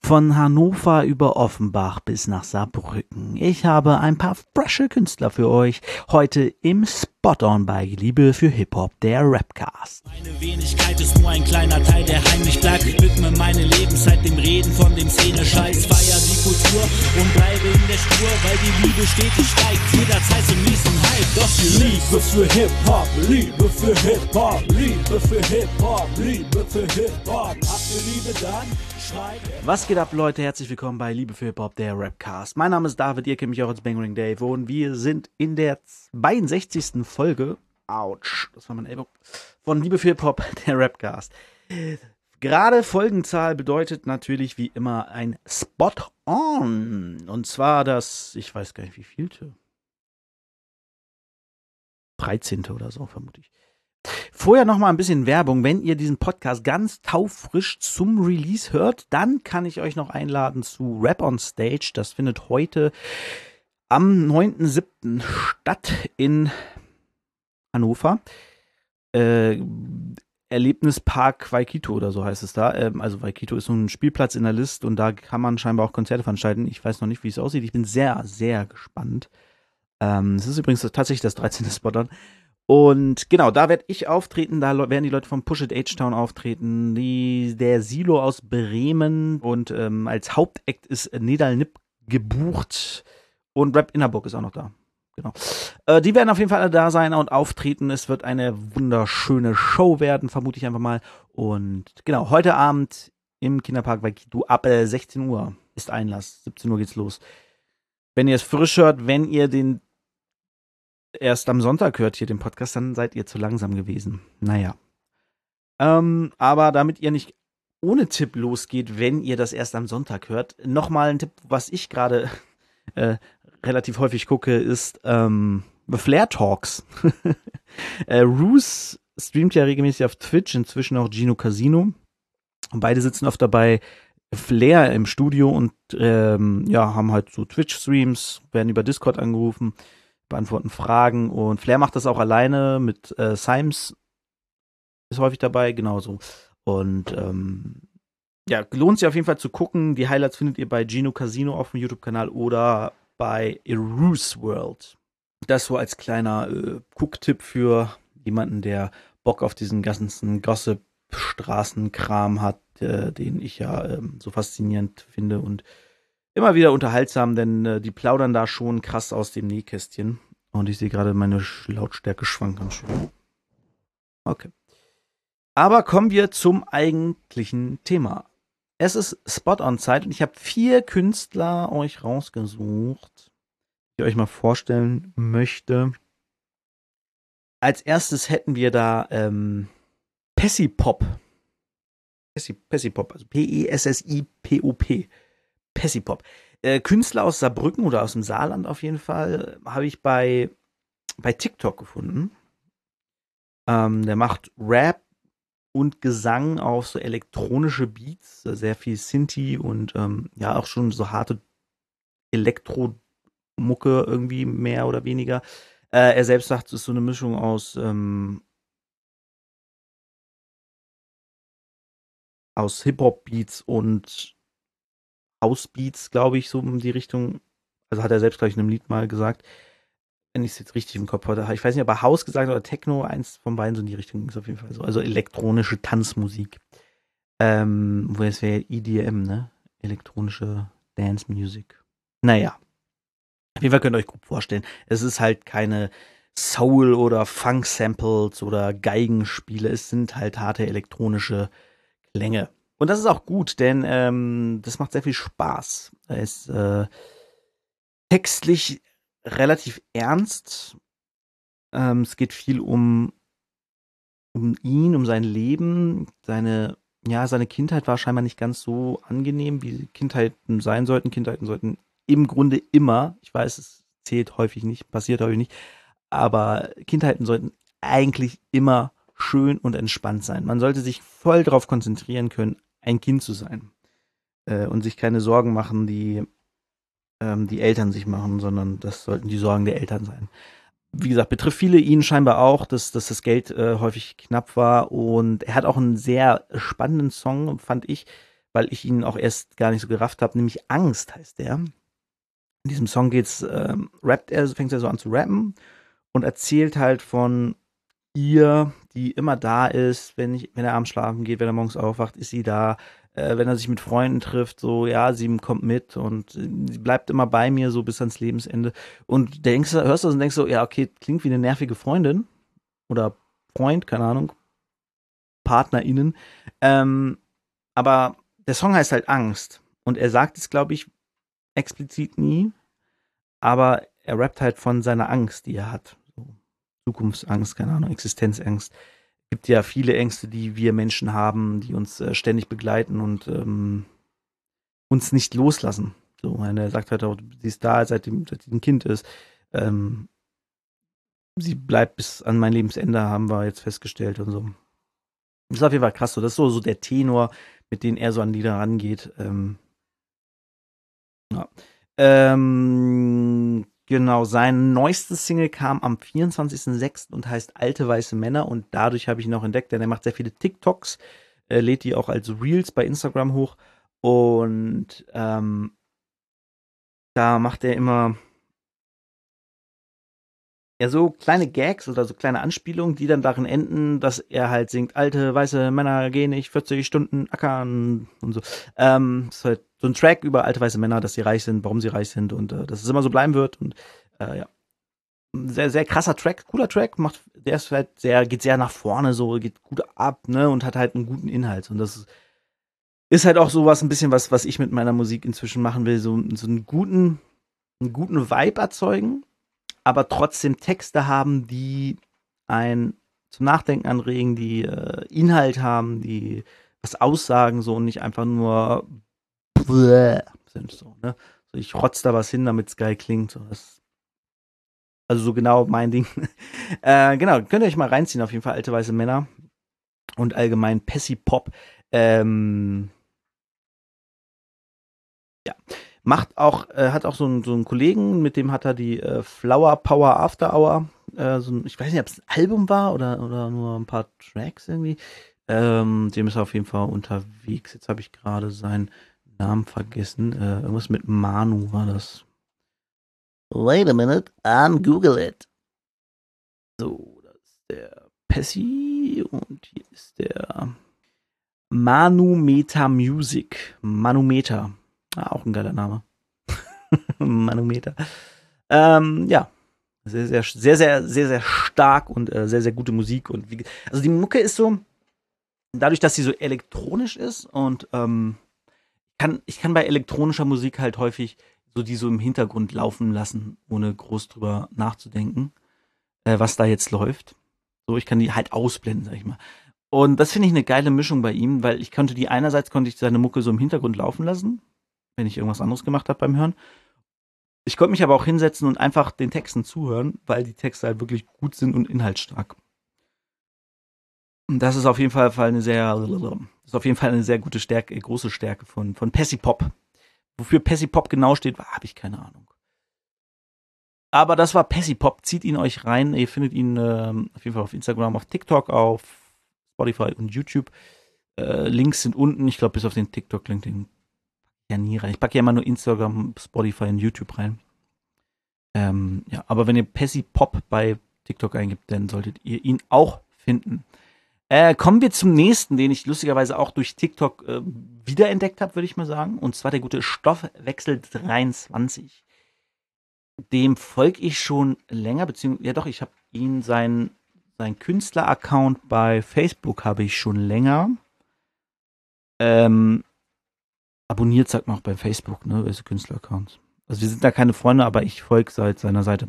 Von Hannover über Offenbach bis nach Saarbrücken. Ich habe ein paar frische Künstler für euch. Heute im Spot-On bei Liebe für Hip-Hop, der Rapcast. Meine Wenigkeit ist nur ein kleiner Teil, der heimlich bleibt. Ich widme meine Lebenszeit dem Reden von dem Szene-Scheiß. Feier die Kultur und bleibe in der Spur, weil die Liebe stetig steigt. Jederzeit zum nächsten Hype. Doch die Liebe für Hip-Hop, Liebe für Hip-Hop, Liebe für Hip-Hop, Liebe für Hip-Hop. Habt ihr Liebe dann? Was geht ab, Leute? Herzlich willkommen bei Liebe für Hip-Hop, der Rapcast. Mein Name ist David, ihr kennt mich auch als Bangering Dave und wir sind in der 62. Folge, ouch, das war mein Ellbogen, von Liebe für Hip-Hop, der Rapcast. Gerade Folgenzahl bedeutet natürlich wie immer ein Spot-On. Und zwar das, ich weiß gar nicht wie vielte, 13. oder so vermutlich. Vorher noch mal ein bisschen Werbung. Wenn ihr diesen Podcast ganz taufrisch zum Release hört, dann kann ich euch noch einladen zu Rap on Stage. Das findet heute am 9.7. statt in Hannover. Erlebnispark Waikito oder so heißt es da. Also Waikito ist so ein Spielplatz in der List und da kann man scheinbar auch Konzerte veranstalten. Ich weiß noch nicht, wie es aussieht. Ich bin sehr, sehr gespannt. Es ist übrigens tatsächlich das 13. Spot-On. Und genau, da werde ich auftreten, da werden die Leute vom Push It H-Town auftreten, der Silo aus Bremen und als Hauptakt ist Nedal Nip gebucht und Rap Innerburg ist auch noch da. Genau. Die werden auf jeden Fall alle da sein und auftreten. Es wird eine wunderschöne Show werden, vermute ich einfach mal. Und genau, heute Abend im Kinderpark Waikito ab 16 Uhr ist Einlass, 17 Uhr geht's los. Wenn ihr es frisch hört, wenn ihr den erst am Sonntag hört hier den Podcast, dann seid ihr zu langsam gewesen. Naja. Aber damit ihr nicht ohne Tipp losgeht, wenn ihr das erst am Sonntag hört, nochmal ein Tipp, was ich gerade relativ häufig gucke, ist The Flair Talks. Roos streamt ja regelmäßig auf Twitch, inzwischen auch Gino Casino. Und beide sitzen oft dabei Flair im Studio und haben halt so Twitch-Streams, werden über Discord angerufen, beantworten Fragen und Flair macht das auch alleine mit Symes ist häufig dabei, genauso. Und lohnt sich auf jeden Fall zu gucken. Die Highlights findet ihr bei Gino Casino auf dem YouTube-Kanal oder bei Roos World. Das so als kleiner Gucktipp für jemanden, der Bock auf diesen ganzen Gossip-Straßenkram hat, den ich ja so faszinierend finde und immer wieder unterhaltsam, denn die plaudern da schon krass aus dem Nähkästchen. Und ich sehe gerade, meine Lautstärke schwankt ganz schön. Okay. Aber kommen wir zum eigentlichen Thema. Es ist Spot-On-Zeit und ich habe 4 Künstler euch rausgesucht, die ich euch mal vorstellen möchte. Als erstes hätten wir da Pessipop. Pessipop, also P-E-S-S-I-P-O-P. Pessipop. Künstler aus Saarbrücken oder aus dem Saarland auf jeden Fall, habe ich bei TikTok gefunden. Der macht Rap und Gesang auf so elektronische Beats, sehr viel Synthi und auch schon so harte Elektromucke irgendwie mehr oder weniger. Er selbst sagt, es ist so eine Mischung aus Hip-Hop-Beats und House-Beats, glaube ich, so in die Richtung. Also hat er selbst, glaube ich, in einem Lied mal gesagt. Wenn ich es jetzt richtig im Kopf hatte. Ich weiß nicht, ob er House gesagt hat oder Techno. Eins von beiden so in die Richtung ist auf jeden Fall so. Also elektronische Tanzmusik. Wo es wäre EDM, ne? Elektronische Dance Music. Naja. Auf jeden Fall könnt ihr euch gut vorstellen. Es ist halt keine Soul- oder Funk-Samples oder Geigenspiele. Es sind halt harte elektronische Klänge. Und das ist auch gut, denn das macht sehr viel Spaß. Es ist textlich relativ ernst. Es geht viel um ihn, um sein Leben. Seine Kindheit war scheinbar nicht ganz so angenehm, wie Kindheiten sein sollten. Kindheiten sollten im Grunde immer, ich weiß, es zählt häufig nicht, passiert häufig nicht, aber Kindheiten sollten eigentlich immer schön und entspannt sein. Man sollte sich voll darauf konzentrieren können, ein Kind zu sein und sich keine Sorgen machen, die Eltern sich machen, sondern das sollten die Sorgen der Eltern sein. Wie gesagt, betrifft viele ihn scheinbar auch, dass das Geld häufig knapp war und er hat auch einen sehr spannenden Song, fand ich, weil ich ihn auch erst gar nicht so gerafft habe, nämlich Angst heißt der. In diesem Song fängt er so an zu rappen und erzählt halt von ihr, die immer da ist, wenn er abends schlafen geht, wenn er morgens aufwacht, ist sie da. Wenn er sich mit Freunden trifft, so, ja, sie kommt mit und sie bleibt immer bei mir, so bis ans Lebensende. Und hörst du das und denkst so, ja, okay, klingt wie eine nervige Freundin oder Freund, keine Ahnung, PartnerInnen. Aber der Song heißt halt Angst. Und er sagt es, glaube ich, explizit nie, aber er rappt halt von seiner Angst, die er hat. So, Zukunftsangst, keine Ahnung, Existenzangst. Es gibt ja viele Ängste, die wir Menschen haben, die uns ständig begleiten und uns nicht loslassen. So, er sagt halt auch, sie ist da, seit sie ein Kind ist. Sie bleibt bis an mein Lebensende, haben wir jetzt festgestellt und so. Das ist auf jeden Fall krass. So. Das ist so der Tenor, mit dem er so an Lieder rangeht. Ja. Genau, sein neuestes Single kam am 24.06. und heißt Alte Weiße Männer und dadurch habe ich ihn auch entdeckt, denn er macht sehr viele TikToks, lädt die auch als Reels bei Instagram hoch und da macht er immer so kleine Gags oder so kleine Anspielungen, die dann darin enden, dass er halt singt, alte weiße Männer gehen nicht 40 Stunden ackern und so. Ist halt so ein Track über alte weiße Männer, dass sie reich sind, warum sie reich sind und dass es immer so bleiben wird und ja. Sehr, sehr krasser Track, cooler Track, der ist halt geht sehr nach vorne, so, geht gut ab, ne, und hat halt einen guten Inhalt und das ist halt auch sowas ein bisschen was ich mit meiner Musik inzwischen machen will, so einen guten Vibe erzeugen, aber trotzdem Texte haben, die einen zum Nachdenken anregen, die Inhalt haben, die was aussagen, so und nicht einfach nur sind so, ne? So, ich rotz da was hin, damit es geil klingt. So, also so genau mein Ding. Genau, könnt ihr euch mal reinziehen, auf jeden Fall alte weiße Männer und allgemein Pessy Pop. Ja. Hat auch so einen Kollegen, mit dem hat er die Flower Power After Hour. Ich weiß nicht, ob es ein Album war oder nur ein paar Tracks irgendwie. Dem ist er auf jeden Fall unterwegs. Jetzt habe ich gerade seinen Namen vergessen. Irgendwas mit Manu war das. Wait a minute, Google it. So, das ist der Pessy und hier ist der Manumeta Music. Manumeta. Auch ein geiler Name. Manometer. Ja. Sehr, sehr, sehr, sehr, sehr, sehr stark und sehr, sehr gute Musik. Also die Mucke ist so, dadurch, dass sie so elektronisch ist und ich kann bei elektronischer Musik halt häufig die so im Hintergrund laufen lassen, ohne groß drüber nachzudenken, was da jetzt läuft. So, ich kann die halt ausblenden, sag ich mal. Und das finde ich eine geile Mischung bei ihm, weil einerseits konnte ich seine Mucke so im Hintergrund laufen lassen, wenn ich irgendwas anderes gemacht habe beim Hören. Ich konnte mich aber auch hinsetzen und einfach den Texten zuhören, weil die Texte halt wirklich gut sind und inhaltsstark. Und das ist auf jeden Fall eine sehr gute Stärke, große Stärke von Pessy Pop. Wofür Pessy Pop genau steht, habe ich keine Ahnung. Aber das war Pessy Pop. Zieht ihn euch rein. Ihr findet ihn auf jeden Fall auf Instagram, auf TikTok, auf Spotify und YouTube. Links sind unten. Ich glaube, bis auf den TikTok-Link, den packe ich ja nie rein. Ich packe ja immer nur Instagram, Spotify und YouTube rein. Ja, aber wenn ihr Pessy Pop bei TikTok eingibt, dann solltet ihr ihn auch finden. Kommen wir zum nächsten, den ich lustigerweise auch durch TikTok wiederentdeckt habe, würde ich mal sagen. Und zwar der gute Stoffwechsel 23. Dem folge ich schon länger, ich habe ihn, sein Künstler-Account bei Facebook habe ich schon länger. Abonniert, sagt man auch bei Facebook, ne, welche Künstler-Accounts. Also wir sind da keine Freunde, aber ich folge seit seiner Seite.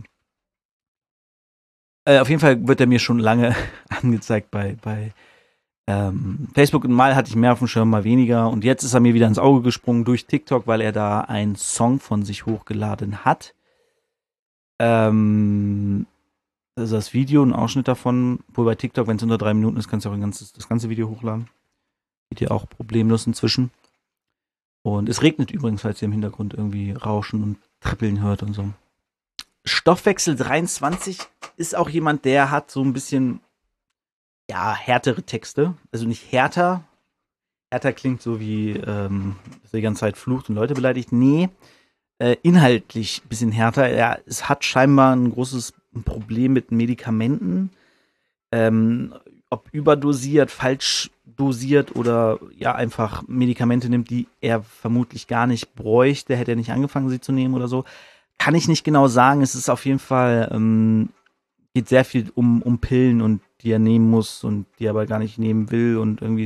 Auf jeden Fall wird er mir schon lange angezeigt bei Facebook. Mal hatte ich mehr auf dem Schirm, mal weniger. Und jetzt ist er mir wieder ins Auge gesprungen durch TikTok, weil er da einen Song von sich hochgeladen hat. Das ist das Video, ein Ausschnitt davon. Wohl bei TikTok, wenn es unter 3 Minuten ist, kannst du auch das ganze Video hochladen. Geht ja auch problemlos inzwischen. Und es regnet übrigens, falls ihr im Hintergrund irgendwie Rauschen und Trippeln hört und so. Stoffwechsel 23 ist auch jemand, der hat so ein bisschen, ja, härtere Texte. Also nicht härter Hertha klingt so wie, dass er die ganze Zeit flucht und Leute beleidigt. Nee, inhaltlich ein bisschen härter. Es hat scheinbar ein großes Problem mit Medikamenten. Ob überdosiert, falsch dosiert oder ja einfach Medikamente nimmt, die er vermutlich gar nicht bräuchte, hätte er nicht angefangen, sie zu nehmen oder so. Kann ich nicht genau sagen. Es ist auf jeden Fall, geht sehr viel um Pillen und die er nehmen muss und die er aber gar nicht nehmen will und irgendwie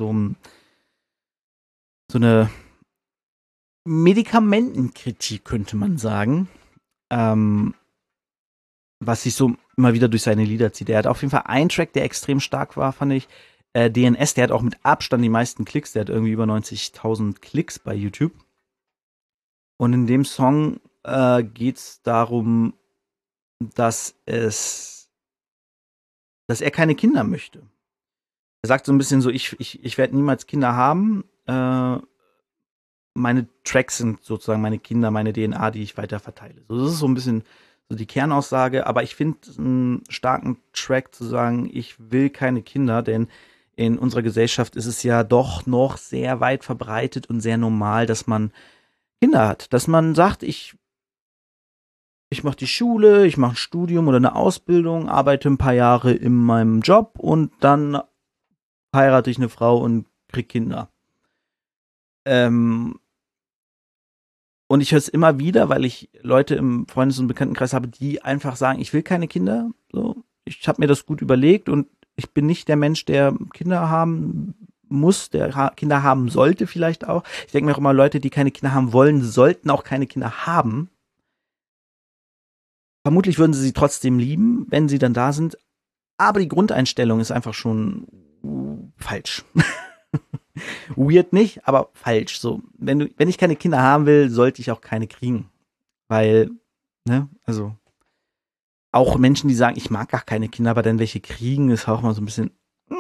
so eine Medikamentenkritik, könnte man sagen. Was sich so immer wieder durch seine Lieder zieht. Er hat auf jeden Fall einen Track, der extrem stark war, fand ich. DNS, der hat auch mit Abstand die meisten Klicks. Der hat irgendwie über 90.000 Klicks bei YouTube. Und in dem Song geht es darum, dass er keine Kinder möchte. Er sagt so ein bisschen so, ich werde niemals Kinder haben. Meine Tracks sind sozusagen meine Kinder, meine DNA, die ich weiter verteile. So, das ist so ein bisschen so die Kernaussage, aber ich finde einen starken Track zu sagen, ich will keine Kinder, denn in unserer Gesellschaft ist es ja doch noch sehr weit verbreitet und sehr normal, dass man Kinder hat. Dass man sagt, ich mache die Schule, ich mache ein Studium oder eine Ausbildung, arbeite ein paar Jahre in meinem Job und dann heirate ich eine Frau und krieg Kinder. Und ich höre es immer wieder, weil ich Leute im Freundes- und Bekanntenkreis habe, die einfach sagen, ich will keine Kinder. So, ich habe mir das gut überlegt und ich bin nicht der Mensch, der Kinder haben muss, der Kinder haben sollte vielleicht auch. Ich denke mir auch immer, Leute, die keine Kinder haben wollen, sollten auch keine Kinder haben. Vermutlich würden sie trotzdem lieben, wenn sie dann da sind. Aber die Grundeinstellung ist einfach schon falsch. Weird nicht, aber falsch. So, wenn ich keine Kinder haben will, sollte ich auch keine kriegen. Weil, ne, also auch Menschen, die sagen, ich mag gar keine Kinder, aber dann welche kriegen, ist auch mal so ein bisschen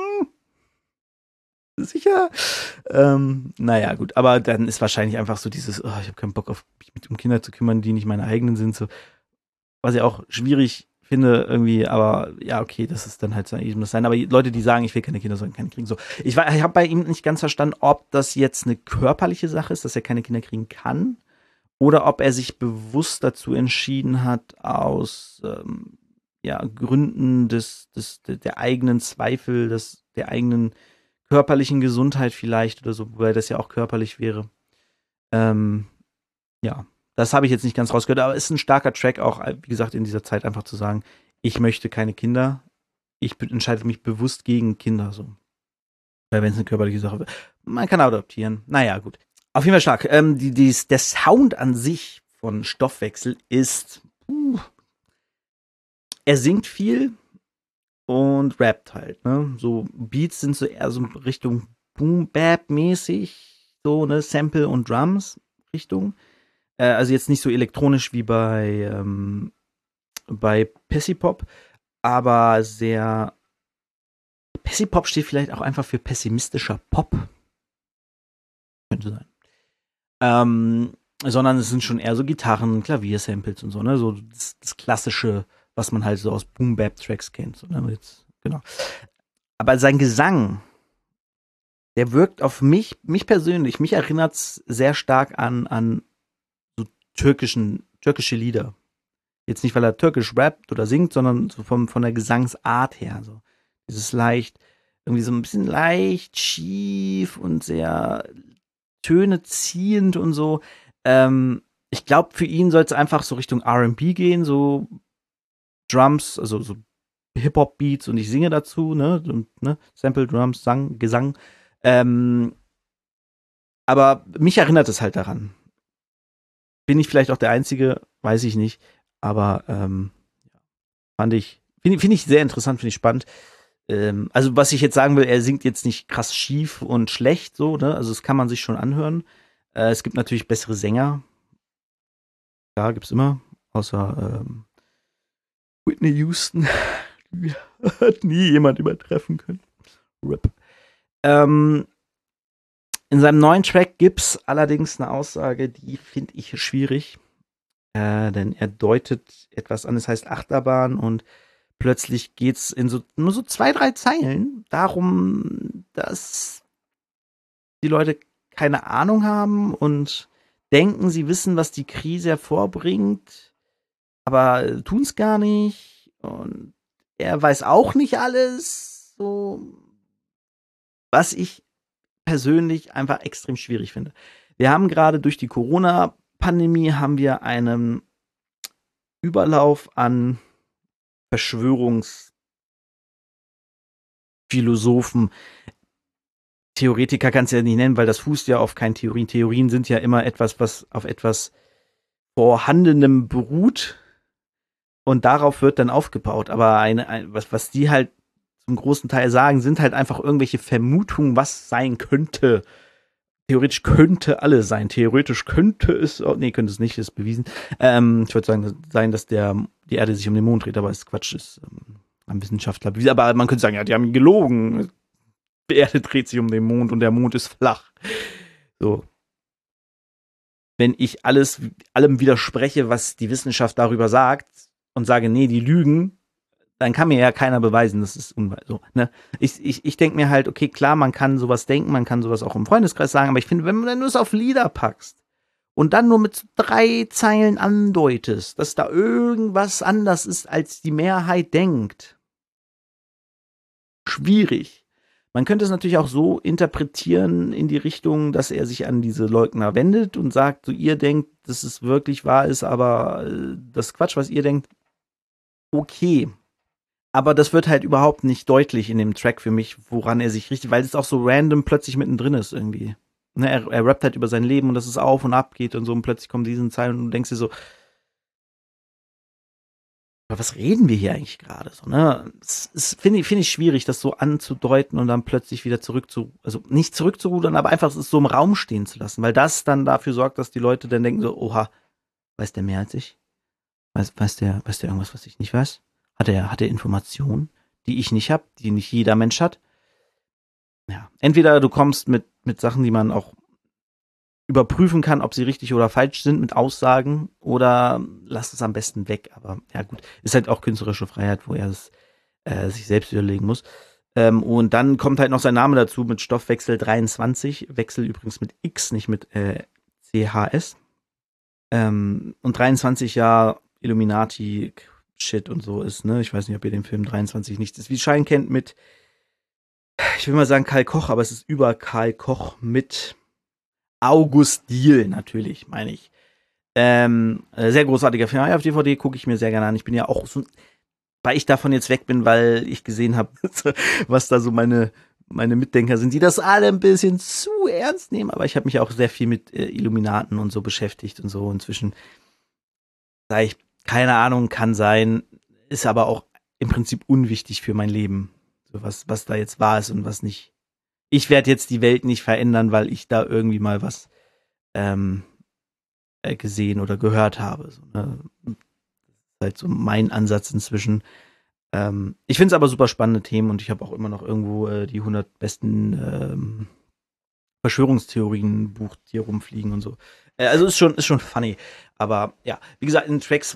sicher. Naja, gut, aber dann ist wahrscheinlich einfach so dieses, ich habe keinen Bock auf mich um Kinder zu kümmern, die nicht meine eigenen sind, so, was ich auch schwierig finde irgendwie, aber ja, okay, das ist dann halt so eben das sein. Aber Leute, die sagen, ich will keine Kinder, sollen keine kriegen. So, ich habe bei ihm nicht ganz verstanden, ob das jetzt eine körperliche Sache ist, dass er keine Kinder kriegen kann, oder ob er sich bewusst dazu entschieden hat, aus Gründen der eigenen Zweifel, der eigenen körperlichen Gesundheit vielleicht oder so, wobei das ja auch körperlich wäre. Ja, das habe ich jetzt nicht ganz rausgehört, aber es ist ein starker Track auch, wie gesagt, in dieser Zeit einfach zu sagen, ich möchte keine Kinder, ich entscheide mich bewusst gegen Kinder, so. Weil wenn es eine körperliche Sache wird, man kann adoptieren. Naja, gut. Auf jeden Fall stark. Der Sound an sich von Stoffwechsel ist, er singt viel und rappt halt, ne? So Beats sind so eher so Richtung Boom-Bap-mäßig, so, ne, Sample und Drums Richtung. Also jetzt nicht so elektronisch wie bei Pessipop, aber sehr. Pessipop steht vielleicht auch einfach für pessimistischer Pop. Könnte sein. Sondern es sind schon eher so Gitarren, Klaviersamples und so, ne? So das Klassische, was man halt so aus Boom-Bap-Tracks kennt. So, ne? Jetzt, genau. Aber sein Gesang, der wirkt auf mich persönlich, mich erinnert es sehr stark an so türkische Lieder. Jetzt nicht, weil er türkisch rappt oder singt, sondern so von der Gesangsart her. So. Dieses irgendwie so ein bisschen leicht schief und sehr Töne ziehend und so. Ich glaube, für ihn soll es einfach so Richtung R&B gehen, so Drums, also so Hip-Hop-Beats und ich singe dazu, ne? Und, ne? Sample, Drums, Gesang. Aber mich erinnert es halt daran. Bin ich vielleicht auch der Einzige, weiß ich nicht. Aber finde ich sehr interessant, finde ich spannend. Also was ich jetzt sagen will, er singt jetzt nicht krass schief und schlecht, so, ne? Also das kann man sich schon anhören. Es gibt natürlich bessere Sänger. Ja, gibt's immer. Außer Whitney Houston. Hat nie jemand übertreffen können. RIP. In seinem neuen Track gibt's allerdings eine Aussage, die finde ich schwierig. Denn er deutet etwas an, es heißt Achterbahn und plötzlich geht's in nur so 2, 3 Zeilen darum, dass die Leute keine Ahnung haben und denken, sie wissen, was die Krise hervorbringt, aber tun es gar nicht. Und er weiß auch nicht alles. So, was ich persönlich einfach extrem schwierig finde. Wir haben gerade durch die Corona-Pandemie haben wir einen Überlauf an Verschwörungsphilosophen. Theoretiker kannst du ja nicht nennen, weil das fußt ja auf keinen Theorien. Theorien sind ja immer etwas, was auf etwas Vorhandenem beruht und darauf wird dann aufgebaut. Aber was die halt zum großen Teil sagen, sind halt einfach irgendwelche Vermutungen, was sein könnte. Theoretisch könnte alles sein. Theoretisch könnte es, könnte es nicht, ist bewiesen. Ich würde sagen, dass die Erde sich um den Mond dreht, aber es Quatsch ist ein Wissenschaftler bewiesen. Aber man könnte sagen, ja, die haben gelogen. Die Erde dreht sich um den Mond und der Mond ist flach. So. Wenn ich allem widerspreche, was die Wissenschaft darüber sagt und sage, nee, die lügen, dann kann mir ja keiner beweisen, das ist unwahr. So, ne? Ich denke mir halt, okay, klar, man kann sowas denken, man kann sowas auch im Freundeskreis sagen, aber ich finde, wenn du es auf Lieder packst und dann nur mit 3 Zeilen andeutest, dass da irgendwas anders ist, als die Mehrheit denkt, schwierig. Man könnte es natürlich auch so interpretieren in die Richtung, dass er sich an diese Leugner wendet und sagt, so ihr denkt, dass es wirklich wahr ist, aber das Quatsch, was ihr denkt, okay. Aber das wird halt überhaupt nicht deutlich in dem Track für mich, woran er sich richtet, weil es auch so random plötzlich mittendrin ist irgendwie. Ne, er rappt halt über sein Leben und dass es auf und ab geht und so und plötzlich kommen diese Zeilen und du denkst dir so, was reden wir hier eigentlich gerade so, ne? Finde ich schwierig, das so anzudeuten und dann plötzlich wieder also nicht zurückzurudern, aber einfach es so im Raum stehen zu lassen, weil das dann dafür sorgt, dass die Leute dann denken so, oha, weiß der mehr als ich? Weiß der irgendwas, was ich nicht weiß? Hat er Informationen, die ich nicht habe, die nicht jeder Mensch hat? Ja, entweder du kommst mit Sachen, die man auch überprüfen kann, ob sie richtig oder falsch sind mit Aussagen oder lass es am besten weg. Aber ja gut, ist halt auch künstlerische Freiheit, wo er es sich selbst überlegen muss. Und dann kommt halt noch sein Name dazu mit Stoffwechsel 23. Wechsel übrigens mit X, nicht mit CHS. Und 23 Jahre Illuminati Shit und so ist, ne? Ich weiß nicht, ob ihr den Film 23 nichts ist wie Schein kennt mit, ich will mal sagen Karl Koch, aber es ist über Karl Koch mit August Diehl, natürlich, meine ich. Sehr großartiger Film. Auf DVD gucke ich mir sehr gerne an. Ich bin ja auch so, weil ich davon jetzt weg bin, weil ich gesehen habe, was da so meine Mitdenker sind, die das alle ein bisschen zu ernst nehmen. Aber ich habe mich auch sehr viel mit Illuminaten und so beschäftigt und so. Inzwischen sage ich, keine Ahnung, kann sein, ist aber auch im Prinzip unwichtig für mein Leben. So was da jetzt wahr ist und was nicht. Ich werde jetzt die Welt nicht verändern, weil ich da irgendwie mal was gesehen oder gehört habe. So, ne? Das ist halt so mein Ansatz inzwischen. Ich finde es aber super spannende Themen und ich habe auch immer noch irgendwo die 100 besten Verschwörungstheorien-Buch hier rumfliegen und so. Also ist schon funny. Aber ja, wie gesagt, in Tracks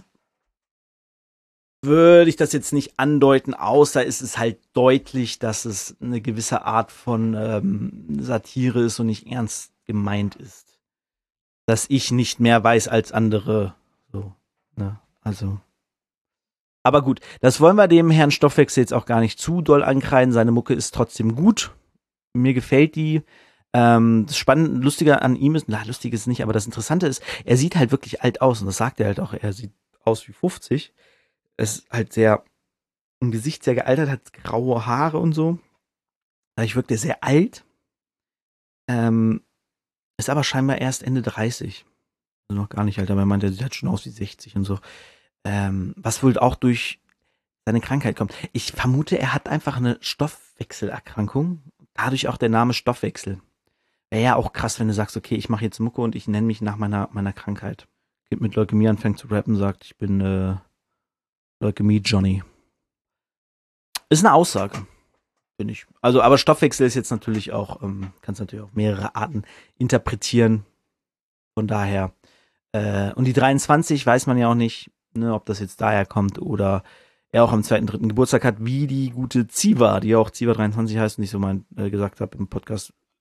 würde ich das jetzt nicht andeuten, außer es ist halt deutlich, dass es eine gewisse Art von Satire ist und nicht ernst gemeint ist. Dass ich nicht mehr weiß als andere. So, ne? Also. Aber gut, das wollen wir dem Herrn Stoffwechsel jetzt auch gar nicht zu doll ankreiden. Seine Mucke ist trotzdem gut. Mir gefällt die. Das Spannende, Lustige an ihm ist, lustig ist es nicht, aber das Interessante ist, er sieht halt wirklich alt aus und das sagt er halt auch. Er sieht aus wie 50. Ist halt im Gesicht sehr gealtert, hat graue Haare und so. Dadurch wirkt er sehr alt. Ist aber scheinbar erst Ende 30. Also noch gar nicht alt, aber er meint, er sieht halt schon aus wie 60 und so. Was wohl auch durch seine Krankheit kommt. Ich vermute, er hat einfach eine Stoffwechselerkrankung. Dadurch auch der Name Stoffwechsel. Wäre ja auch krass, wenn du sagst, okay, ich mache jetzt Mucke und ich nenne mich nach meiner Krankheit. Kind mit Leukämie anfängt zu rappen, sagt, ich bin Leukämie Johnny. Ist eine Aussage, finde ich. Also, aber Stoffwechsel ist jetzt natürlich auch, kannst natürlich auf mehrere Arten interpretieren. Von daher. Und die 23 weiß man ja auch nicht, ne, ob das jetzt daher kommt oder er auch am 2., 3. Geburtstag hat, wie die gute Ziva, die ja auch Ziva 23 heißt und ich so mal gesagt habe im Podcast,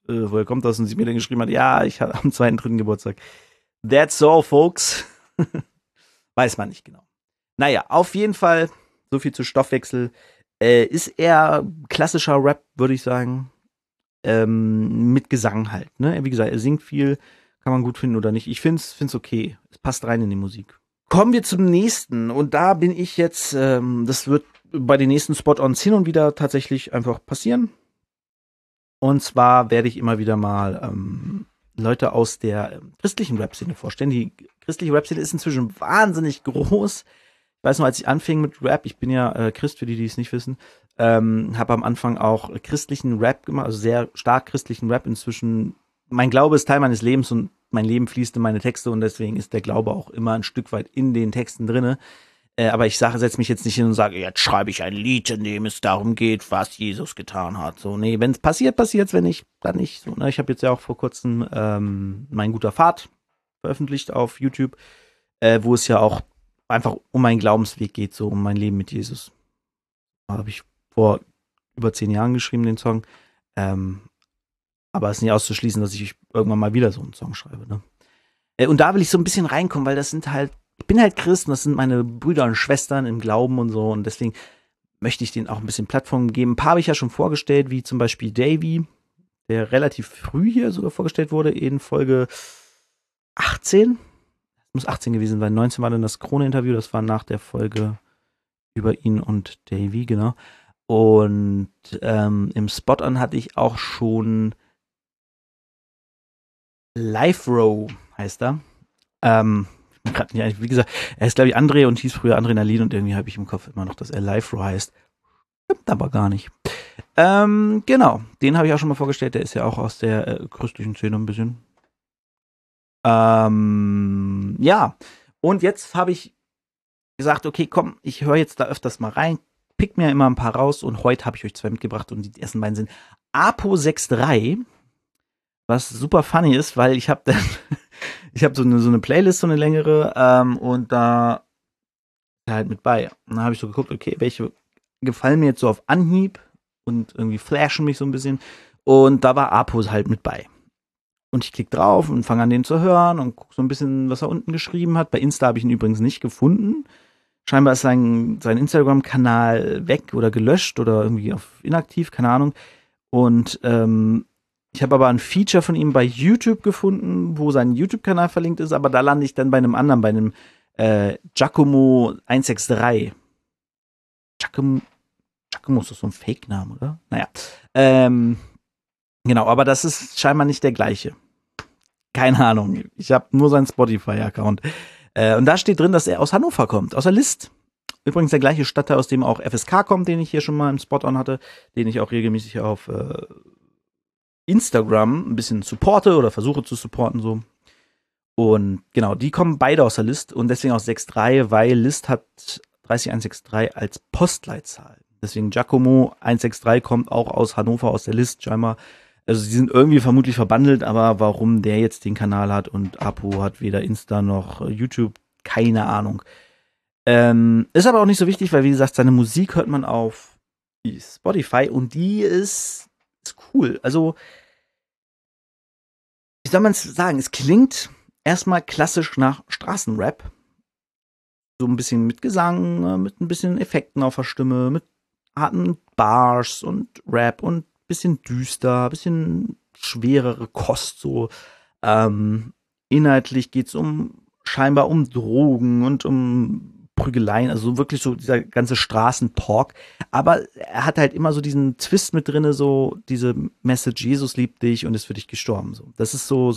woher kommt das? Und sie mir dann geschrieben hat, ja, ich habe am 2.3. Geburtstag. That's all, folks. Weiß man nicht genau. Naja, auf jeden Fall, so viel zu Stoffwechsel. Ist eher klassischer Rap, würde ich sagen. Mit Gesang halt, ne? Wie gesagt, er singt viel, kann man gut finden oder nicht. Ich find's okay. Es passt rein in die Musik. Kommen wir zum nächsten. Und da bin ich jetzt, das wird bei den nächsten Spot-Ons hin und wieder tatsächlich einfach passieren. Und zwar werde ich immer wieder mal Leute aus der christlichen Rap-Szene vorstellen. Die christliche Rap-Szene ist inzwischen wahnsinnig groß. Ich weiß noch, als ich anfing mit Rap, ich bin ja Christ, für die, die es nicht wissen, habe am Anfang auch christlichen Rap gemacht, also sehr stark christlichen Rap. Inzwischen, mein Glaube ist Teil meines Lebens und mein Leben fließt in meine Texte und deswegen ist der Glaube auch immer ein Stück weit in den Texten drinne. Aber ich setze mich jetzt nicht hin und sage, jetzt schreibe ich ein Lied, in dem es darum geht, was Jesus getan hat. So, nee, wenn es passiert, passiert's, wenn nicht, dann nicht. So, ne? Ich habe jetzt ja auch vor kurzem Mein guter Pfad veröffentlicht auf YouTube, wo es ja auch einfach um meinen Glaubensweg geht, so um mein Leben mit Jesus. Da habe ich vor über 10 Jahren geschrieben, den Song. Aber es ist nicht auszuschließen, dass ich irgendwann mal wieder so einen Song schreibe. Ne? Und da will ich so ein bisschen reinkommen, weil das sind halt, ich bin halt Christ und das sind meine Brüder und Schwestern im Glauben und so. Und deswegen möchte ich denen auch ein bisschen Plattform geben. Ein paar habe ich ja schon vorgestellt, wie zum Beispiel Davy, der relativ früh hier sogar vorgestellt wurde, in Folge 18. Muss 18 gewesen sein. 19 war dann das Krone-Interview, das war nach der Folge über ihn und Davy, genau. Und im Spot-On hatte ich auch schon Live Row, heißt er. Gerade nicht, wie gesagt, er ist, glaube ich, André und hieß früher Adrenalin und irgendwie habe ich im Kopf immer noch, dass er Live Row heißt. Stimmt aber gar nicht. Genau, den habe ich auch schon mal vorgestellt, der ist ja auch aus der christlichen Szene ein bisschen. Ja, und jetzt habe ich gesagt, okay, komm, ich höre jetzt da öfters mal rein, pick mir immer ein paar raus und heute habe ich euch 2 mitgebracht und die ersten beiden sind Apo63, was super funny ist, weil ich habe so eine Playlist, so eine längere, und da halt mit bei. Und dann habe ich so geguckt, okay, welche gefallen mir jetzt so auf Anhieb und irgendwie flashen mich so ein bisschen. Und da war Apo halt mit bei. Und ich klicke drauf und fange an, den zu hören und gucke so ein bisschen, was er unten geschrieben hat. Bei Insta habe ich ihn übrigens nicht gefunden. Scheinbar ist sein Instagram-Kanal weg oder gelöscht oder irgendwie auf inaktiv, keine Ahnung. Und ich habe aber ein Feature von ihm bei YouTube gefunden, wo sein YouTube-Kanal verlinkt ist, aber da lande ich dann bei einem anderen, bei einem Giacomo 163. Giacomo ist doch so ein Fake-Name, oder? Naja. Genau, aber das ist scheinbar nicht der gleiche. Keine Ahnung. Ich habe nur seinen Spotify-Account. Und da steht drin, dass er aus Hannover kommt, aus der List. Übrigens der gleiche Stadtteil, aus dem auch FSK kommt, den ich hier schon mal im Spot-On hatte, den ich auch regelmäßig auf Instagram ein bisschen supporte oder versuche zu supporten so. Und genau, die kommen beide aus der List und deswegen aus 6.3, weil List hat 30163 als Postleitzahl. Deswegen Giacomo 163 kommt auch aus Hannover, aus der List scheinbar. Also sie sind irgendwie vermutlich verbandelt, aber warum der jetzt den Kanal hat und Apo hat weder Insta noch YouTube, keine Ahnung. Ist aber auch nicht so wichtig, weil wie gesagt, seine Musik hört man auf Spotify und die ist cool. Also, wie soll man es sagen? Es klingt erstmal klassisch nach Straßenrap. So ein bisschen mit Gesang, mit ein bisschen Effekten auf der Stimme, mit harten Bars und Rap und bisschen düster, bisschen schwerere Kost so. Inhaltlich geht's scheinbar um Drogen und um Prügeleien, also wirklich so dieser ganze Straßentalk. Aber er hat halt immer so diesen Twist mit drinne, so diese Message, Jesus liebt dich und ist für dich gestorben. So. Das ist so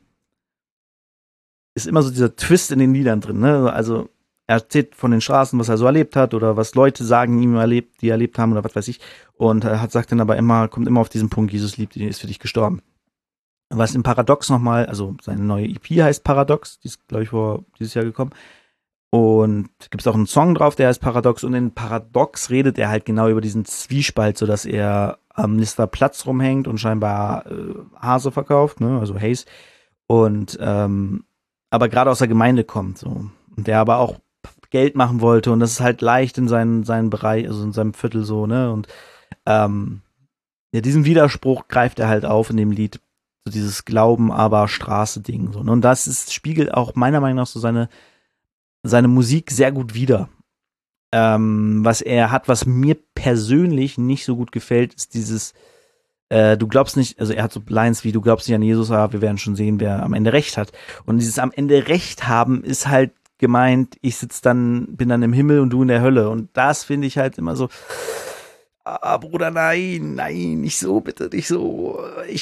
ist immer so dieser Twist in den Liedern drin, ne? Also er erzählt von den Straßen, was er so erlebt hat oder was Leute sagen ihm die erlebt haben oder was weiß ich. Und er sagt dann aber kommt immer auf diesen Punkt, Jesus liebt dich, ist für dich gestorben. Was im Paradox nochmal, also seine neue EP heißt Paradox, die ist, glaube ich, dieses Jahr gekommen. Und gibt es auch einen Song drauf, der heißt Paradox. Und in Paradox redet er halt genau über diesen Zwiespalt, so dass er am Lister Platz rumhängt und scheinbar Hase verkauft, ne, also Haze. Und aber gerade aus der Gemeinde kommt, so. Und der aber auch Geld machen wollte und das ist halt leicht in seinen Bereich, also in seinem Viertel so, ne, und Ja, diesen Widerspruch greift er halt auf in dem Lied. So dieses Glauben, aber Straße-Ding. So, ne? Und das spiegelt auch meiner Meinung nach so seine Musik sehr gut wider. Was er hat, was mir persönlich nicht so gut gefällt, ist dieses du glaubst nicht, also er hat so Lines wie, du glaubst nicht an Jesus, aber wir werden schon sehen, wer am Ende Recht hat. Und dieses am Ende Recht haben ist halt gemeint, bin dann im Himmel und du in der Hölle. Und das finde ich halt immer so, Bruder, nein, nicht so, bitte, nicht so.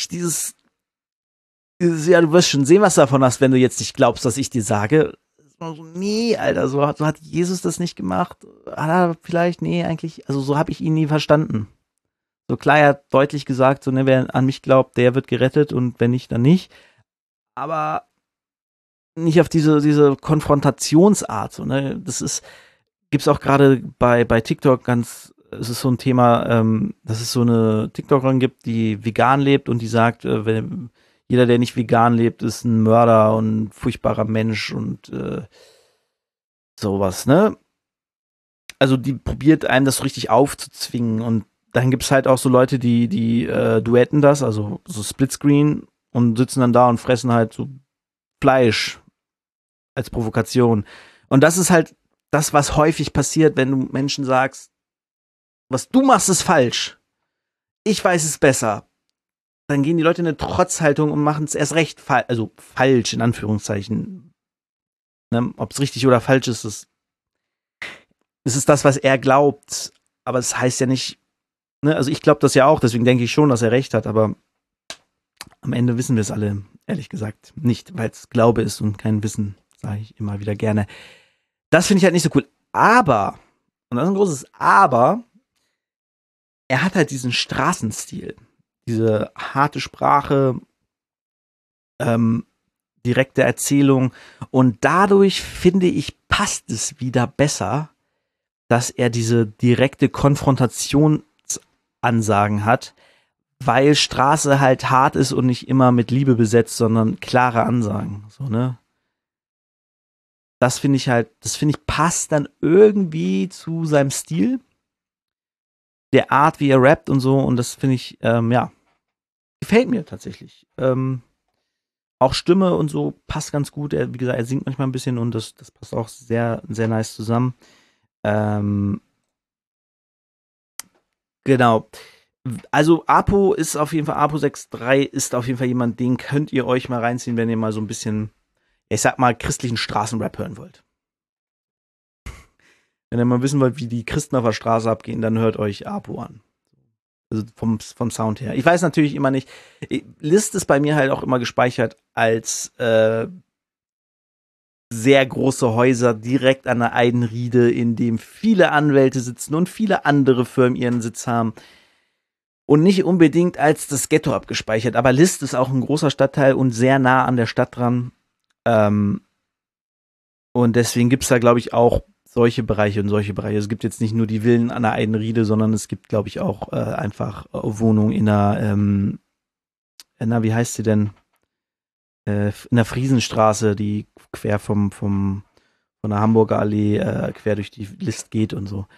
Ja, du wirst schon sehen, was du davon hast, wenn du jetzt nicht glaubst, was ich dir sage. So, nee, Alter, so hat Jesus das nicht gemacht. Hat er vielleicht, nee, eigentlich, also so habe ich ihn nie verstanden. So klar, er hat deutlich gesagt, so, ne, wer an mich glaubt, der wird gerettet und wenn nicht, dann nicht. Aber nicht auf diese Konfrontationsart, so, ne, gibt's auch gerade bei TikTok es ist so ein Thema, dass es so eine TikTokerin gibt, die vegan lebt und die sagt, jeder, der nicht vegan lebt, ist ein Mörder und ein furchtbarer Mensch und sowas, ne? Also die probiert einem das so richtig aufzuzwingen und dann gibt's halt auch so Leute, die duetten das, also so Splitscreen und sitzen dann da und fressen halt so Fleisch als Provokation. Und das ist halt das, was häufig passiert, wenn du Menschen sagst, was du machst, ist falsch. Ich weiß es besser. Dann gehen die Leute in eine Trotzhaltung und machen es erst recht falsch, in Anführungszeichen. Ne? Ob es richtig oder falsch ist, es ist das, was er glaubt. Aber es heißt ja nicht, ne? Also ich glaube das ja auch, deswegen denke ich schon, dass er recht hat, aber am Ende wissen wir es alle, ehrlich gesagt, nicht, weil es Glaube ist und kein Wissen, sage ich immer wieder gerne. Das finde ich halt nicht so cool. Aber, und das ist ein großes Aber, er hat halt diesen Straßenstil, diese harte Sprache, direkte Erzählung und dadurch, finde ich, passt es wieder besser, dass er diese direkte Konfrontationsansagen hat, weil Straße halt hart ist und nicht immer mit Liebe besetzt, sondern klare Ansagen, so, ne? Das finde ich passt dann irgendwie zu seinem Stil, der Art, wie er rappt und so, und das finde ich, gefällt mir tatsächlich. Auch Stimme und so passt ganz gut. Wie gesagt, er singt manchmal ein bisschen und das passt auch sehr, sehr nice zusammen. Genau. Also Apo 63 ist auf jeden Fall jemand, den könnt ihr euch mal reinziehen, wenn ihr mal so ein bisschen, ich sag mal, christlichen Straßenrap hören wollt. Wenn ihr mal wissen wollt, wie die Christen auf der Straße abgehen, dann hört euch Apo an. Also vom Sound her. Ich weiß natürlich immer nicht, List ist bei mir halt auch immer gespeichert als sehr große Häuser direkt an der Eidenriede, in dem viele Anwälte sitzen und viele andere Firmen ihren Sitz haben. Und nicht unbedingt als das Ghetto abgespeichert. Aber List ist auch ein großer Stadtteil und sehr nah an der Stadt dran. Und deswegen gibt es da, glaube ich, auch solche Bereiche und solche Bereiche. Es gibt jetzt nicht nur die Villen an der Eidenriede, sondern es gibt, glaube ich, auch einfach Wohnungen in der, wie heißt sie denn? In der Friesenstraße, die quer von der Hamburger Allee quer durch die List geht und so.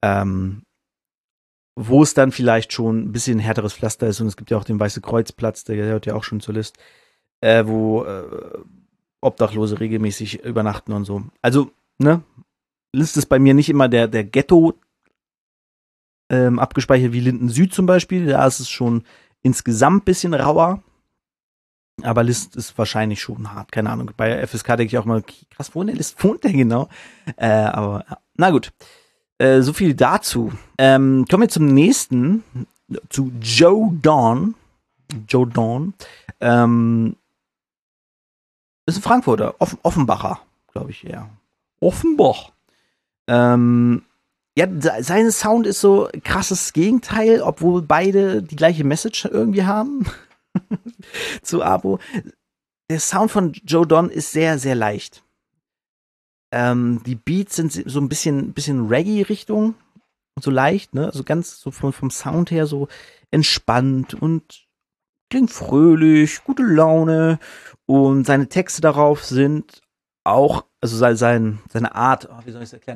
Wo es dann vielleicht schon ein bisschen härteres Pflaster ist und es gibt ja auch den Weiße Kreuzplatz, der gehört ja auch schon zur List, wo Obdachlose regelmäßig übernachten und so. Also, ne? List ist bei mir nicht immer der Ghetto abgespeichert wie Linden Süd zum Beispiel. Da ist es schon insgesamt ein bisschen rauer. Aber List ist wahrscheinlich schon hart. Keine Ahnung. Bei FSK denke ich auch mal, krass, wo in der List wohnt der genau? Aber ja. Na gut. So viel dazu. Kommen wir zum nächsten. Zu Joe Dawn. Joe Dawn. Ist ein Frankfurter. Offenbacher, glaube ich eher. Offenbach. Sein Sound ist so krasses Gegenteil, obwohl beide die gleiche Message irgendwie haben. Zu Apo. Der Sound von Joe Dawn ist sehr, sehr leicht. Die Beats sind so ein bisschen Reggae-Richtung. So leicht, ne? Also ganz so vom Sound her so entspannt und klingt fröhlich, gute Laune. Und seine Texte darauf sind auch, also seine Art, wie soll ich es erklären?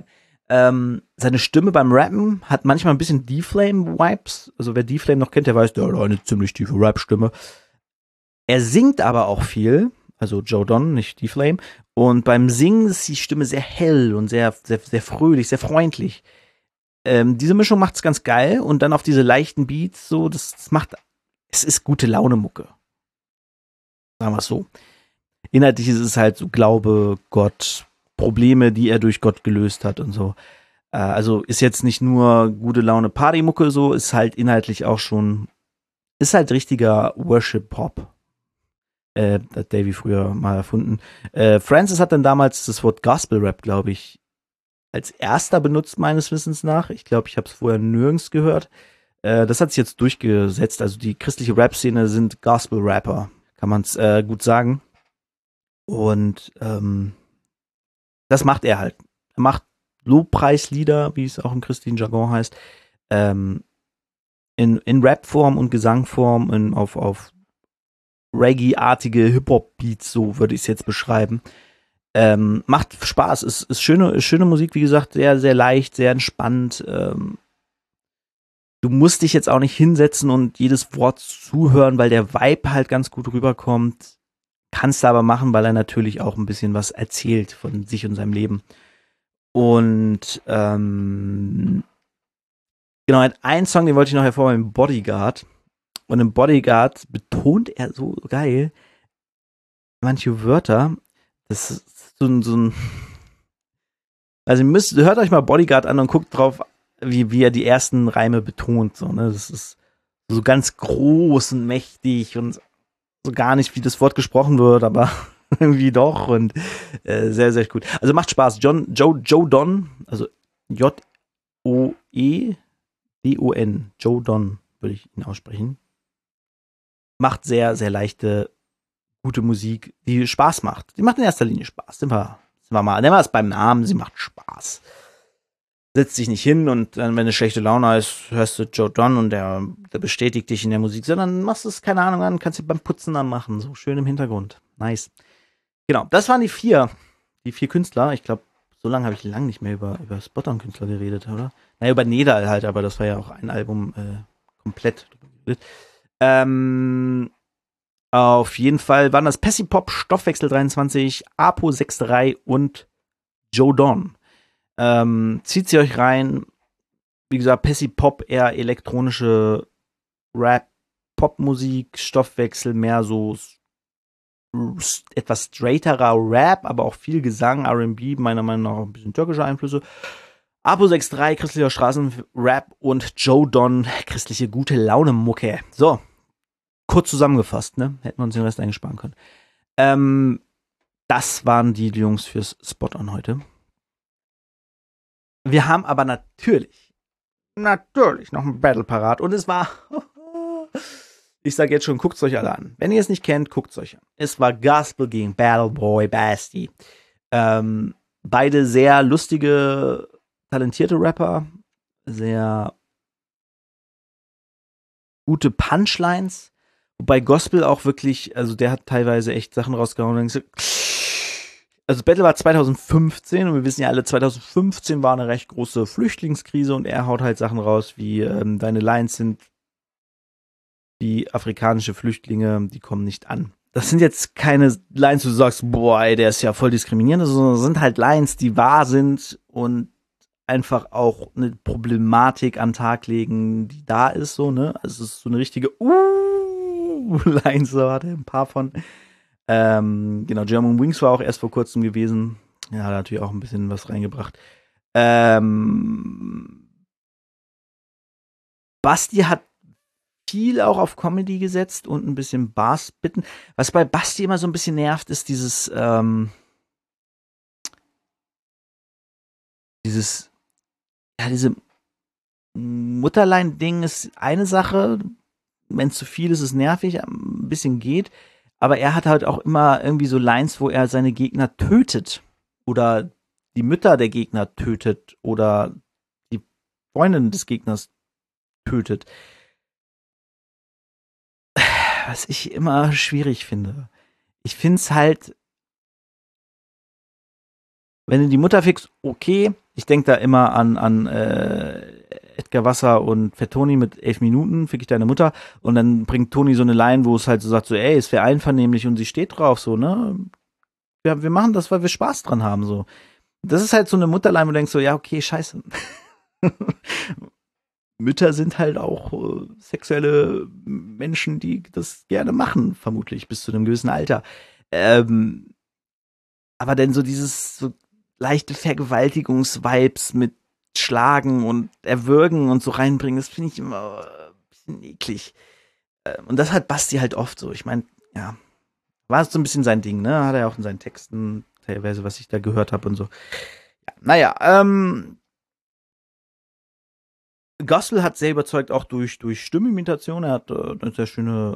Seine Stimme beim Rappen hat manchmal ein bisschen D-Flame-Vibes. Also wer D-Flame noch kennt, der weiß, der hat eine ziemlich tiefe Rap-Stimme. Er singt aber auch viel, also Joe Don, nicht D-Flame. Und beim Singen ist die Stimme sehr hell und sehr, sehr, sehr fröhlich, sehr freundlich. Diese Mischung macht's ganz geil und dann auf diese leichten Beats so, es ist gute Laune-Mucke. Sagen wir es so. Inhaltlich ist es halt so Glaube, Gott, Probleme, die er durch Gott gelöst hat und so. Also ist jetzt nicht nur gute Laune Partymucke so, ist halt inhaltlich auch schon, ist halt richtiger Worship-Pop. Hat Davey früher mal erfunden. Francis hat dann damals das Wort Gospel-Rap, glaube ich, als erster benutzt, meines Wissens nach. Ich glaube, ich habe es vorher nirgends gehört. Das hat sich jetzt durchgesetzt. Also die christliche Rap-Szene sind Gospel-Rapper, kann man es gut sagen. Und das macht er halt. Er macht Lobpreislieder, wie es auch im christlichen Jargon heißt, in Rap-Form und Gesangform, auf Reggae-artige Hip-Hop-Beats, so würde ich es jetzt beschreiben. Macht Spaß, ist schöne Musik, wie gesagt, sehr, sehr leicht, sehr entspannt. Du musst dich jetzt auch nicht hinsetzen und jedes Wort zuhören, weil der Vibe halt ganz gut rüberkommt. Kannst du aber machen, weil er natürlich auch ein bisschen was erzählt von sich und seinem Leben. Und genau, einen Song, den wollte ich noch hervorheben, Bodyguard. Und im Bodyguard betont er so geil manche Wörter. Das ist so ein also hört euch mal Bodyguard an und guckt drauf, wie er die ersten Reime betont. So, ne? Das ist so ganz groß und mächtig und so gar nicht, wie das Wort gesprochen wird, aber irgendwie doch und sehr, sehr gut. Also macht Spaß. Joe Don, also J-O-E-D-O-N, Joe Don würde ich ihn aussprechen. Macht sehr, sehr leichte, gute Musik, die Spaß macht. Die macht in erster Linie Spaß. Nehmen wir es beim Namen, sie macht Spaß. Setzt dich nicht hin und dann, wenn du schlechte Laune hast, hörst du Joe Don und der bestätigt dich in der Musik, sondern machst es, keine Ahnung, an, kannst du beim Putzen anmachen, so schön im Hintergrund. Nice. Genau, das waren die vier Künstler. Ich glaube, so lange habe ich lange nicht mehr über Spot-on-Künstler geredet, oder? Naja, über Nedal halt, aber das war ja auch ein Album komplett. Auf jeden Fall waren das Pessy Pop, Stoffwechsel 23, Apo 63 und Joe Don. Zieht sie euch rein. Wie gesagt, Pessy Pop, eher elektronische Rap, Popmusik, Stoffwechsel, mehr so etwas straighterer Rap, aber auch viel Gesang, R&B, meiner Meinung nach auch ein bisschen türkische Einflüsse. Apo 63, christlicher Straßenrap und Joe Don, christliche gute Laune-Mucke. So, kurz zusammengefasst, ne? Hätten wir uns den Rest einsparen können. Das waren die Jungs fürs Spot-on heute. Wir haben aber natürlich noch ein Battle parat und es war ich sag jetzt schon, guckt's euch alle an. Wenn ihr es nicht kennt, guckt's euch an. Es war Gospel gegen Battle Boy Basti. Beide sehr lustige, talentierte Rapper, sehr gute Punchlines, wobei Gospel auch wirklich, also der hat teilweise echt Sachen rausgehauen. Also Battle war 2015 und wir wissen ja alle, 2015 war eine recht große Flüchtlingskrise und er haut halt Sachen raus wie deine Lines sind die afrikanische Flüchtlinge, die kommen nicht an. Das sind jetzt keine Lines, wo du sagst, boah, ey, der ist ja voll diskriminierend, sondern das sind halt Lines, die wahr sind und einfach auch eine Problematik an den Tag legen, die da ist, so, ne? Also es ist so eine richtige Line, so hat er ein paar von. Genau, German Wings war auch erst vor kurzem gewesen. Ja, hat natürlich auch ein bisschen was reingebracht. Basti hat viel auch auf Comedy gesetzt und ein bisschen Bars bitten. Was bei Basti immer so ein bisschen nervt, ist diese Mutterlein-Ding ist eine Sache. Wenn es zu viel ist, ist es nervig, ein bisschen geht. Aber er hat halt auch immer irgendwie so Lines, wo er seine Gegner tötet. Oder die Mütter der Gegner tötet. Oder die Freundin des Gegners tötet. Was ich immer schwierig finde. Ich finde es halt, wenn du die Mutter fickst, okay, Ich denke da immer an Edgar Wasser und Fettoni mit 11 Minuten, fick ich deine Mutter. Und dann bringt Toni so eine Line, wo es halt so sagt, so, ey, es wäre einvernehmlich und sie steht drauf, so, ne? Ja, wir machen das, weil wir Spaß dran haben, so. Das ist halt so eine Mutterline, wo du denkst so, ja, okay, scheiße. Mütter sind halt auch sexuelle Menschen, die das gerne machen, vermutlich, bis zu einem gewissen Alter. Aber dann so dieses so leichte Vergewaltigungs-Vibes mit Schlagen und Erwürgen und so reinbringen, das finde ich immer ein bisschen eklig. Und das hat Basti halt oft so. Ich meine, ja, war so ein bisschen sein Ding, ne? Hat er auch in seinen Texten teilweise, was ich da gehört habe und so. Ja, naja, Gospel hat sehr überzeugt, auch durch Stimmimitation. Er hat eine sehr schöne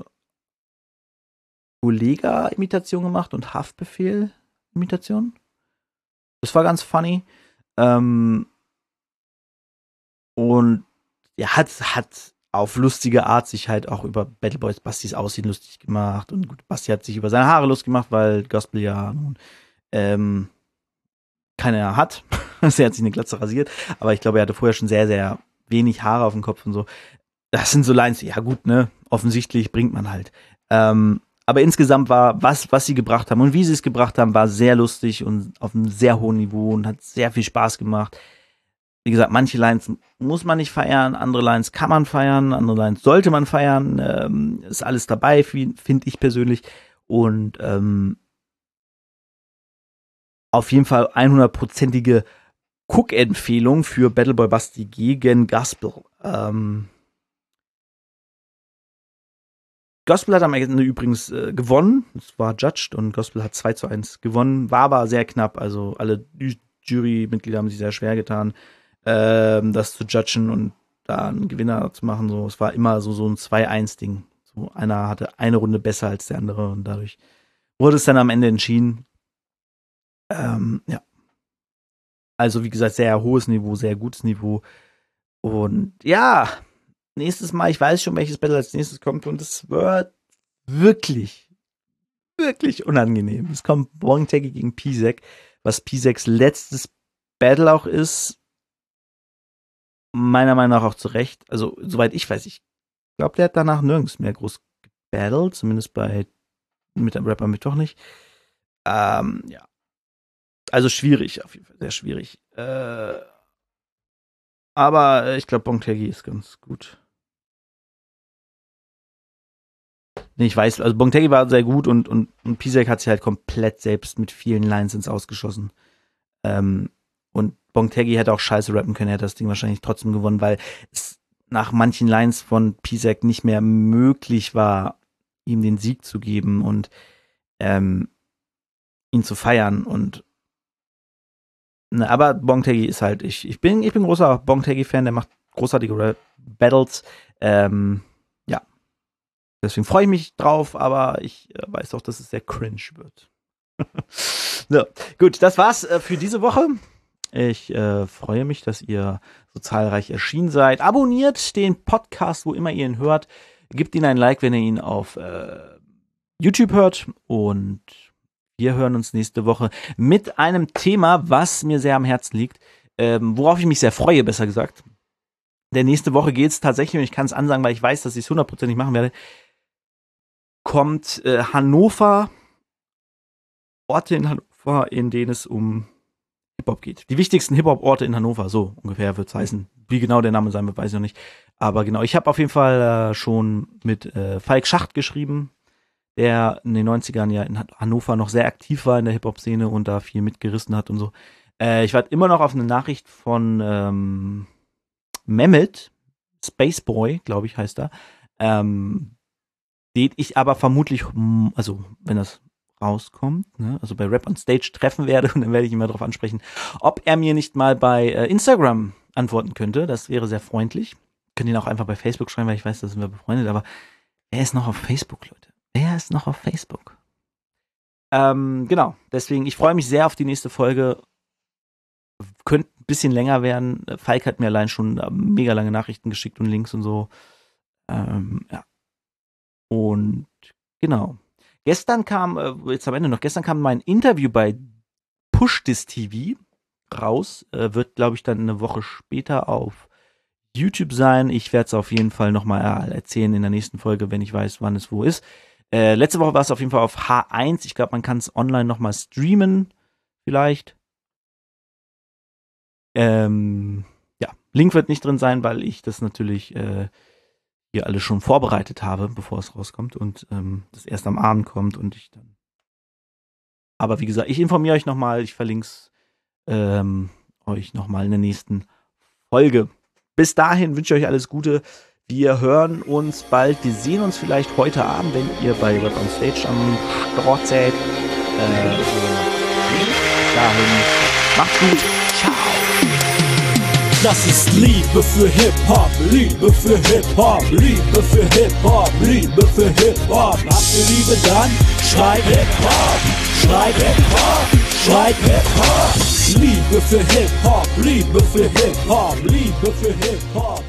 Kollega-Imitation gemacht und Haftbefehl-Imitation. Das war ganz funny. Und er hat auf lustige Art sich halt auch über Battle Boys Bastis Aussehen lustig gemacht. Und gut, Basti hat sich über seine Haare lustig gemacht, weil Gospel ja nun keine hat. Also er hat sich eine Glatze rasiert. Aber ich glaube, er hatte vorher schon sehr, sehr wenig Haare auf dem Kopf und so. Das sind so Lines, ja gut, ne? Offensichtlich bringt man halt. Aber insgesamt war, was sie gebracht haben und wie sie es gebracht haben, war sehr lustig und auf einem sehr hohen Niveau und hat sehr viel Spaß gemacht. Wie gesagt, manche Lines muss man nicht feiern, andere Lines kann man feiern, andere Lines sollte man feiern. Ist alles dabei, finde ich persönlich. Und auf jeden Fall 100%ige Cook-Empfehlung für Battleboy Basti gegen Gospel. Gospel hat am Ende übrigens gewonnen. Es war judged und Gospel hat 2:1 gewonnen. War aber sehr knapp. Also alle Jurymitglieder haben sich sehr schwer getan, das zu judgen und da einen Gewinner zu machen. So, es war immer so ein 2:1-Ding. So, einer hatte eine Runde besser als der andere und dadurch wurde es dann am Ende entschieden. Ja. Also, wie gesagt, sehr hohes Niveau, sehr gutes Niveau. Und ja, nächstes Mal, ich weiß schon, welches Battle als nächstes kommt und es wird wirklich, wirklich unangenehm. Es kommt Bongtegi gegen Pisek, was Piseks letztes Battle auch ist. Meiner Meinung nach auch zu Recht. Also, soweit ich weiß, ich glaube, der hat danach nirgends mehr groß gebattelt, zumindest mit dem Rapper Mittwoch nicht. Ja. Also schwierig, auf jeden Fall, sehr schwierig. Aber ich glaube, Bongtegi ist ganz gut. Nee, ich weiß, also Bongtegi war sehr gut und Pisek hat sich halt komplett selbst mit vielen Lines ins Ausgeschossen. Und Bongtegi hätte auch scheiße rappen können, er hätte das Ding wahrscheinlich trotzdem gewonnen, weil es nach manchen Lines von Pisek nicht mehr möglich war, ihm den Sieg zu geben und ihn zu feiern. Und ne, aber Bongtegi ist halt, ich bin großer Bongtegi-Fan, der macht großartige Battles. Ja. Deswegen freue ich mich drauf, aber ich weiß auch, dass es sehr cringe wird. So, gut, das war's für diese Woche. Ich freue mich, dass ihr so zahlreich erschienen seid. Abonniert den Podcast, wo immer ihr ihn hört. Gebt ihn ein Like, wenn ihr ihn auf YouTube hört. Und wir hören uns nächste Woche mit einem Thema, was mir sehr am Herzen liegt. Worauf ich mich sehr freue, besser gesagt. Denn nächste Woche geht es tatsächlich, und ich kann es ansagen, weil ich weiß, dass ich es 100% machen werde, kommt Hannover, Orte in Hannover, in denen es um Hip-Hop geht. Die wichtigsten Hip-Hop-Orte in Hannover, so ungefähr wird es heißen. Wie genau der Name sein wird, weiß ich noch nicht. Aber genau, ich habe auf jeden Fall schon mit Falk Schacht geschrieben, der in den 90ern ja in Hannover noch sehr aktiv war in der Hip-Hop-Szene und da viel mitgerissen hat und so. Ich warte immer noch auf eine Nachricht von Mehmet, Spaceboy, glaube ich, heißt er, den ich aber vermutlich, also wenn das rauskommt, ne, also bei Rap on Stage treffen werde und dann werde ich ihn mal darauf ansprechen, ob er mir nicht mal bei Instagram antworten könnte. Das wäre sehr freundlich. Könnt ihn auch einfach bei Facebook schreiben, weil ich weiß, da sind wir befreundet, aber er ist noch auf Facebook, Leute. Er ist noch auf Facebook. Genau, deswegen, ich freue mich sehr auf die nächste Folge. Könnte ein bisschen länger werden. Falk hat mir allein schon mega lange Nachrichten geschickt und Links und so. Ja. Und genau. Gestern kam mein Interview bei Push This TV. raus. Wird, glaube ich, dann eine Woche später auf YouTube sein. Ich werde es auf jeden Fall nochmal erzählen in der nächsten Folge, wenn ich weiß, wann es wo ist. Letzte Woche war es auf jeden Fall auf H1. Ich glaube, man kann es online nochmal streamen, vielleicht. Ja, Link wird nicht drin sein, weil ich das natürlich hier alles schon vorbereitet habe, bevor es rauskommt und das erst am Abend kommt und ich dann. Aber wie gesagt, ich informiere euch nochmal, ich verlinke es euch nochmal in der nächsten Folge. Bis dahin wünsche ich euch alles Gute. Wir hören uns bald. Wir sehen uns vielleicht heute Abend, wenn ihr bei Rap on Stage am Start seid. Dahin. Macht's gut. Ciao. Das ist Liebe für Hip-Hop, Liebe für Hip-Hop, Liebe für Hip-Hop, Liebe für Hip-Hop. Habt ihr Liebe, dann schreit Hip-Hop, schreit Hip-Hop, schreit Hip-Hop. Liebe für Hip-Hop, Liebe für Hip-Hop, Liebe für Hip-Hop.